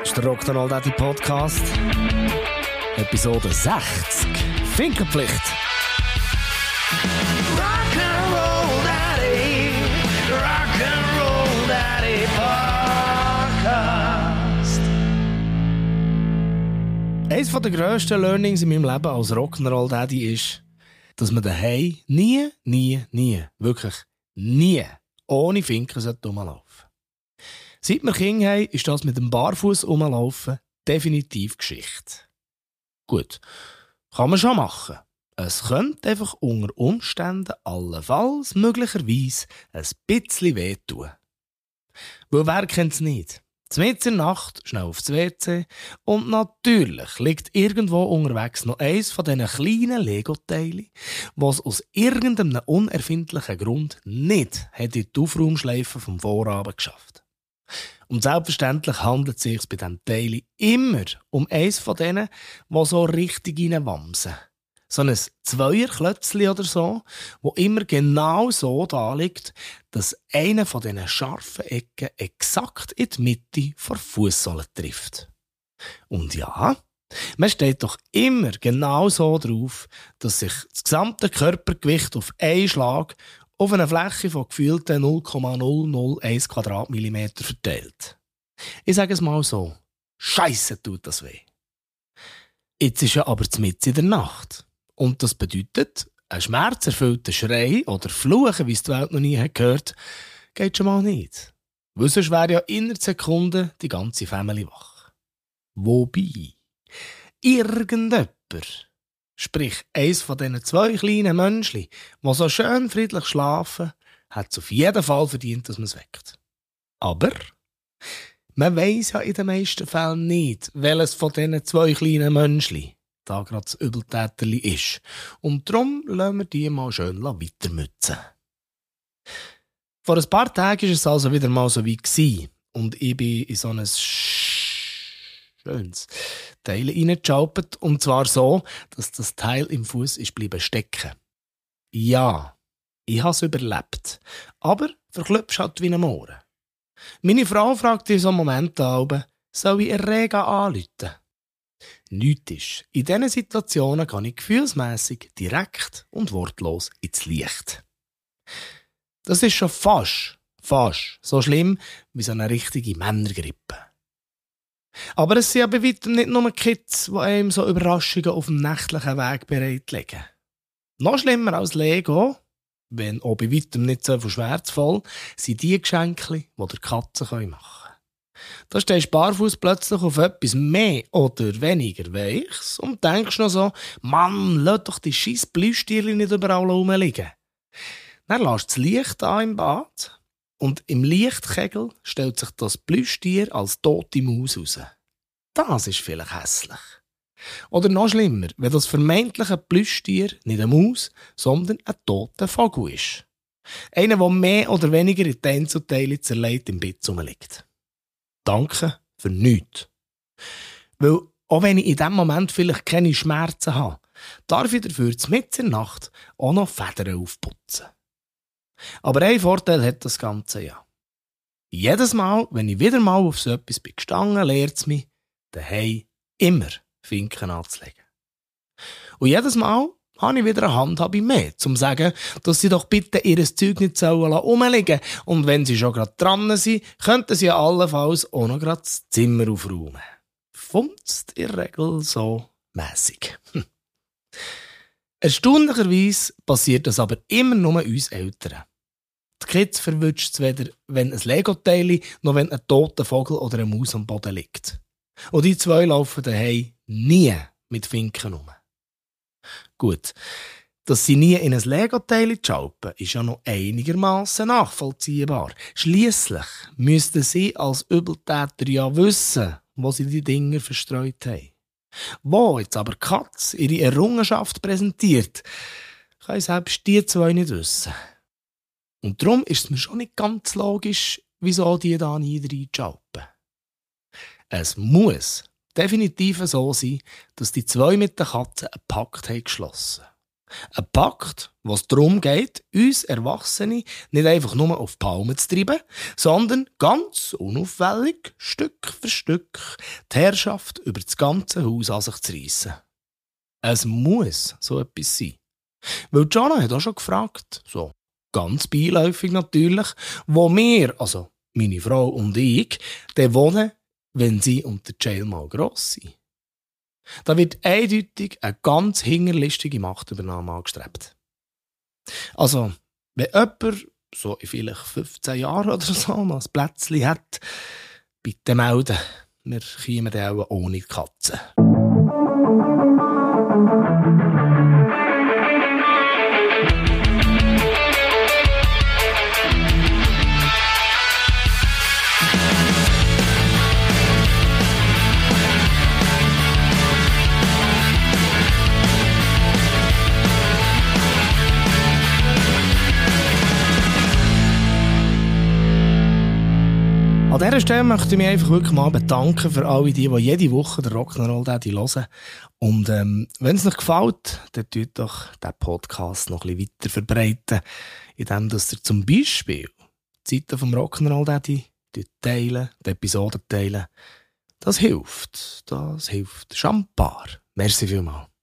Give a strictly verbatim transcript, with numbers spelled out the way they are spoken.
ist der Rock'n'Roll Daddy Podcast. Episode sechzig. Finkenpflicht. Rock'n'Roll Daddy, Rock'n'Roll Daddy Podcast. Eines der grössten Learnings in meinem Leben als Rock'n'Roll Daddy ist, dass man daheim nie, nie, nie, wirklich nie ohne Finken rumlaufen sollte. Seit wir Kinder haben, ist das mit dem Barfuß rumlaufen definitiv Geschichte. Gut, kann man schon machen. Es könnte einfach unter Umständen allenfalls möglicherweise ein bisschen wehtun. Weil wer kennt es nicht? Mitten in der Nacht, schnell aufs W C und natürlich liegt irgendwo unterwegs noch eins von diesen kleinen Lego-Teilen, was aus irgendeinem unerfindlichen Grund nicht in die Aufraumschleife vom Vorabend geschafft. Und selbstverständlich handelt es sich bei diesen Teilen immer um eins von denen, die so richtig reinwamsen. So ein Zweierklötzchen oder so, wo immer genau so da liegt, dass einer von diesen scharfen Ecken exakt in die Mitte der Fußsohle trifft. Und ja, man steht doch immer genau so drauf, dass sich das gesamte Körpergewicht auf einen Schlag auf einer Fläche von gefühlten null Komma null null eins Quadratmillimeter verteilt. Ich sage es mal so, Scheisse tut das weh. Jetzt ist ja aber mitten in der Nacht. Und das bedeutet, ein schmerzerfüllter Schrei oder Fluchen, wie es die Welt noch nie gehört hat, geht schon mal nicht. Weil sonst wäre ja innerhalb Sekunden die ganze Family wach. Wobei, irgendjemand, sprich eins von diesen zwei kleinen Menschen, die so schön friedlich schlafen, hat es auf jeden Fall verdient, dass man es weckt. Aber man weiss ja in den meisten Fällen nicht, welches von diesen zwei kleinen Menschen da gerade das Übeltäterli ist. Und darum lassen wir die mal schön weitermützen. Vor ein paar Tagen war es also wieder mal so wie gewesen. Und ich bin in so ein schönes Teil reingeschaupert. Und zwar so, dass das Teil im Fuß ist bleiben stecken. Ja, ich habe es überlebt. Aber verklüpfst halt wie ein Mohren. Meine Frau fragt in so einem Moment an, soll ich eine Rega anrufen? Nichts ist. In diesen Situationen gehe ich gefühlsmässig direkt und wortlos ins Licht. Das ist schon fast, fast so schlimm wie so eine richtige Männergrippe. Aber es sind ja bei weitem nicht nur Kids, die einem so Überraschungen auf dem nächtlichen Weg bereitlegen. Noch schlimmer als Lego, wenn auch bei weitem nicht so schmerzvoll, sind die Geschenke, die der Katze machen können. Da stehst du barfuß plötzlich auf etwas mehr oder weniger Weiches und denkst noch so, Mann, lass doch die scheiß Plüschtierchen nicht überall rumliegen. Dann lässt das Licht an im Bad und im Lichtkegel stellt sich das Plüschtier als tote Maus raus. Das ist vielleicht hässlich. Oder noch schlimmer, wenn das vermeintliche Plüschtier nicht eine Maus, sondern ein toter Vogel ist. Einer, der mehr oder weniger in die Einzelteile zerlegt im Bett rumliegt. Danke für nichts. Weil, auch wenn ich in diesem Moment vielleicht keine Schmerzen habe, darf ich dafür mitten in der Nacht auch noch Federn aufputzen. Aber ein Vorteil hat das Ganze ja. Jedes Mal, wenn ich wieder mal auf so etwas bin gestanden, lehrt es mich, daheim immer Finken anzulegen. Und jedes Mal habe ich wieder eine Handhabe mehr, um zu sagen, dass sie doch bitte ihr Zeug nicht rumliegen sollen. Und wenn sie schon gerade dran sind, könnten sie ja allenfalls auch noch gerade das Zimmer aufräumen. Funzt in der Regel so mässig. Hm. Erstaunlicherweise passiert das aber immer nur uns Eltern. Die Kids verwünscht es weder, wenn ein Lego-Teil, noch wenn ein toter Vogel oder eine Maus am Boden liegt. Und die zwei laufen daheim nie mit Finken um. Gut, dass sie nie in ein Lego-Teil schalpen, ist ja noch einigermaßen nachvollziehbar. Schliesslich müssten sie als Übeltäter ja wissen, wo sie die Dinger verstreut haben. Wo jetzt aber Katz ihre Errungenschaft präsentiert, kann selbst die zwei nicht wissen. Und darum ist es mir schon nicht ganz logisch, wieso die da nie reinschalpen. Es muss definitiv so sein, dass die zwei mit der Katze einen Pakt haben geschlossen. Ein Pakt, was darum geht, uns Erwachsene nicht einfach nur auf die Palme zu treiben, sondern ganz unauffällig, Stück für Stück, die Herrschaft über das ganze Haus an sich zu reissen. Es muss so etwas sein. Weil Jana hat auch schon gefragt, so ganz beiläufig natürlich, wo wir, also meine Frau und ich, dann wohnen, wenn sie und der Jail mal gross sind. Da wird eindeutig eine ganz hinterlistige Machtübernahme angestrebt. Also, wenn jemand so in vielleicht fünfzehn Jahren oder so noch ein Plätzchen hat, bitte melden. Wir kommen dann auch ohne die Katze. An dieser Stelle möchte ich mich einfach wirklich mal bedanken für alle die, die jede Woche den Rock'n'Roll Daddy hören. Und ähm, wenn es euch gefällt, dann tut doch den Podcast noch ein bisschen weiter verbreiten, indem dass ihr zum Beispiel die Seite vom Rock'n'Roll Daddy teilen, die Episoden teilen. Das hilft. Das hilft. Schambar. Merci vielmals.